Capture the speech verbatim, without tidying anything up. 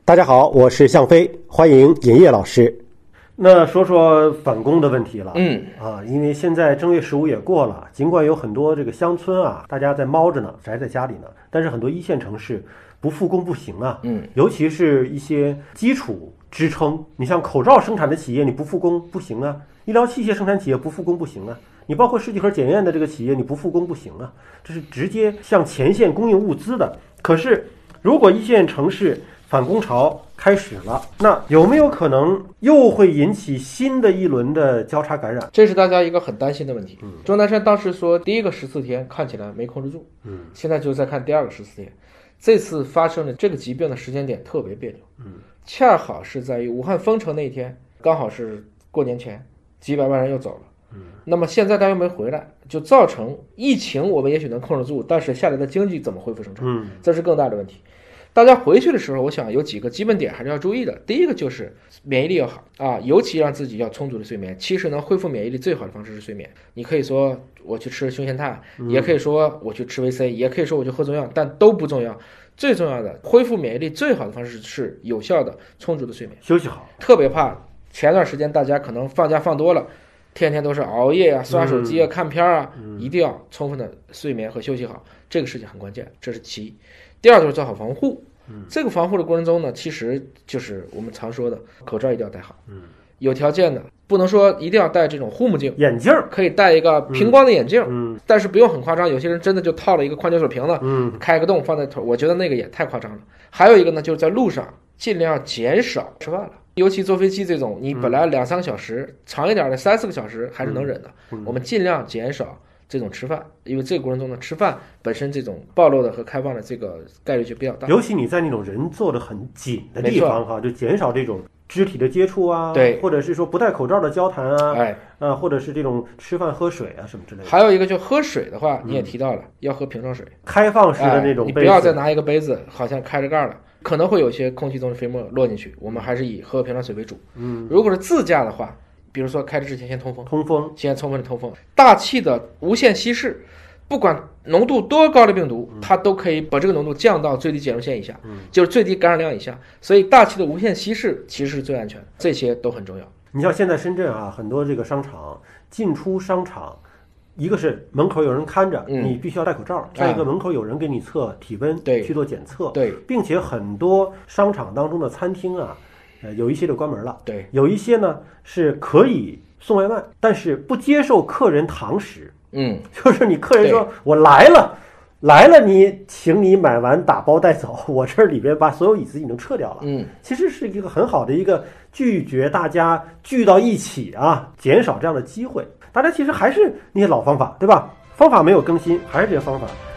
大家好，我是向飞，欢迎尹烨老师。那说说返工的问题了， 嗯啊，因为现在正月十五也过了，尽管有很多这个乡村啊，大家在猫着呢，宅在家里呢，但是很多一线城市不复工不行啊， 嗯， 尤其是一些基础支撑，你像口罩生产的企业，你不复工不行啊；医疗器械生产企业不复工不行啊；你包括试剂盒检验的这个企业，你不复工不行啊，这是直接向前线供应物资的。可是，如果一线城市返工潮开始了，那有没有可能又会引起新的一轮的交叉感染？ 这是大家一个很担心的问题。 嗯， 钟南山当时说，第一个十四天看起来没控制住， 嗯， 现在就在看第二个十四天。这次发生的这个疾病的时间点特别别扭， 嗯， 恰好是在于武汉封城那一天，刚好是过年前，几百万人又走了。 嗯， 那么现在大家又没回来，就造成疫情我们也许能控制住，但是下来的经济怎么恢复生产， 嗯， 这是更大的问题。大家回去的时候，我想有几个基本点还是要注意的。第一个就是免疫力要好啊，尤其让自己要充足的睡眠。其实能恢复免疫力最好的方式是睡眠。你可以说我去吃胸腺肽，也可以说我去吃维 C， 也可以说我去喝中药，但都不重要。最重要的，恢复免疫力最好的方式是有效的、充足的睡眠， 休息好。 特别怕前段时间大家可能放假放多了，天天都是熬夜啊、刷手机啊、 嗯、 看片啊， 嗯， 一定要充分的睡眠和休息好，这个事情很关键，这是其一。第二就是做好防护。 嗯， 这个防护的过程中呢，其实就是我们常说的口罩一定要戴好。 嗯， 有条件的不能说一定要戴这种护目镜， 眼镜可以戴一个平光的眼镜， 嗯， 但是不用很夸张。有些人真的就套了一个矿泉水瓶子， 嗯， 开个洞放在头，我觉得那个也太夸张了。还有一个呢，就是在路上尽量减少吃饭了。尤其坐飞机这种，你本来两三个小时，嗯、长一点的三四个小时还是能忍的， 嗯嗯、 我们尽量减少这种吃饭，因为这个过程中呢，吃饭本身这种暴露的和开放的这个概率就比较大。 尤其你在那种人坐得很紧的地方哈，就减少这种肢体的接触啊， 对， 或者是说不戴口罩的交谈啊， 哎， 啊，或者是这种吃饭喝水啊什么之类的。 还有一个就喝水的话，你也提到了、嗯、要喝瓶装水， 开放式的那种杯子、 哎，你不要再拿一个杯子，好像开着盖了，可能会有些空气中的飞沫落进去。我们还是以喝瓶装水为主。 嗯， 如果是自驾的话。比如说开车之前先通风， 通风， 先充分的通风，大气的无限稀释，不管浓度多高的病毒， 嗯、 它都可以把这个浓度降到最低减弱线以下， 嗯、 就是最低感染量以下。所以大气的无限稀释其实是最安全的，这些都很重要。 你像现在深圳啊，很多这个商场进出商场，一个是门口有人看着， 嗯、 你必须要戴口罩；再、嗯、一个门口有人给你测体温， 对， 去做检测， 对， 并且很多商场当中的餐厅啊。呃，有一些就关门了， 对， 有一些呢是可以送外卖，但是不接受客人堂食。 嗯， 就是你客人说我来了，来了，你请你买完打包带走，我这里边把所有椅子已经撤掉了。 嗯， 其实是一个很好的一个拒绝大家聚到一起啊，减少这样的机会。大家其实还是那些老方法，对吧？方法没有更新，还是这些方法。